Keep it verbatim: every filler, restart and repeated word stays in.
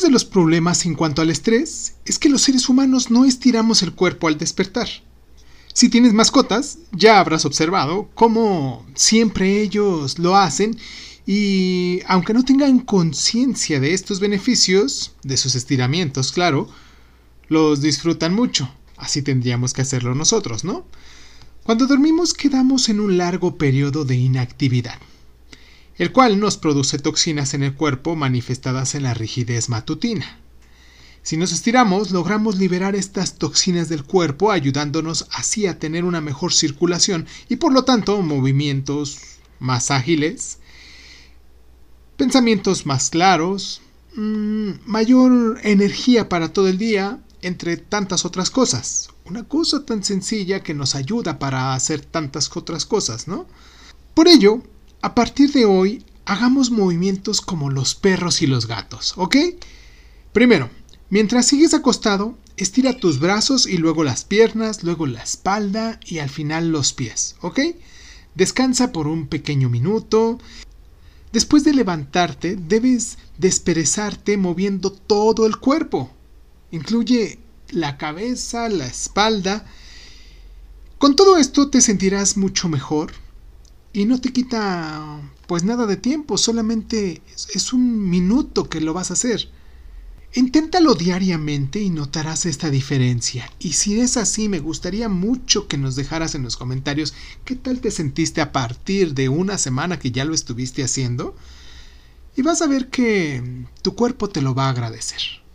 de los problemas en cuanto al estrés es que los seres humanos no estiramos el cuerpo al despertar. Si tienes mascotas, ya habrás observado cómo siempre ellos lo hacen y aunque no tengan conciencia de estos beneficios, de sus estiramientos, claro, los disfrutan mucho. Así tendríamos que hacerlo nosotros, ¿no? Cuando dormimos quedamos en un largo periodo de inactividad, el cual nos produce toxinas en el cuerpo manifestadas en la rigidez matutina. Si nos estiramos, logramos liberar estas toxinas del cuerpo, ayudándonos así a tener una mejor circulación y por lo tanto movimientos más ágiles, pensamientos más claros, mmm, mayor energía para todo el día, entre tantas otras cosas. Una cosa tan sencilla que nos ayuda para hacer tantas otras cosas, ¿no? Por ello, a partir de hoy, hagamos movimientos como los perros y los gatos, ¿ok? Primero, mientras sigues acostado, estira tus brazos y luego las piernas, luego la espalda y al final los pies, ¿ok? Descansa por un pequeño minuto. Después de levantarte, debes desperezarte moviendo todo el cuerpo. Incluye la cabeza, la espalda. Con todo esto te sentirás mucho mejor y no te quita pues nada de tiempo, solamente es, es un minuto que lo vas a hacer. Inténtalo diariamente y notarás esta diferencia. Y si es así, me gustaría mucho que nos dejaras en los comentarios qué tal te sentiste a partir de una semana que ya lo estuviste haciendo. Y vas a ver que tu cuerpo te lo va a agradecer.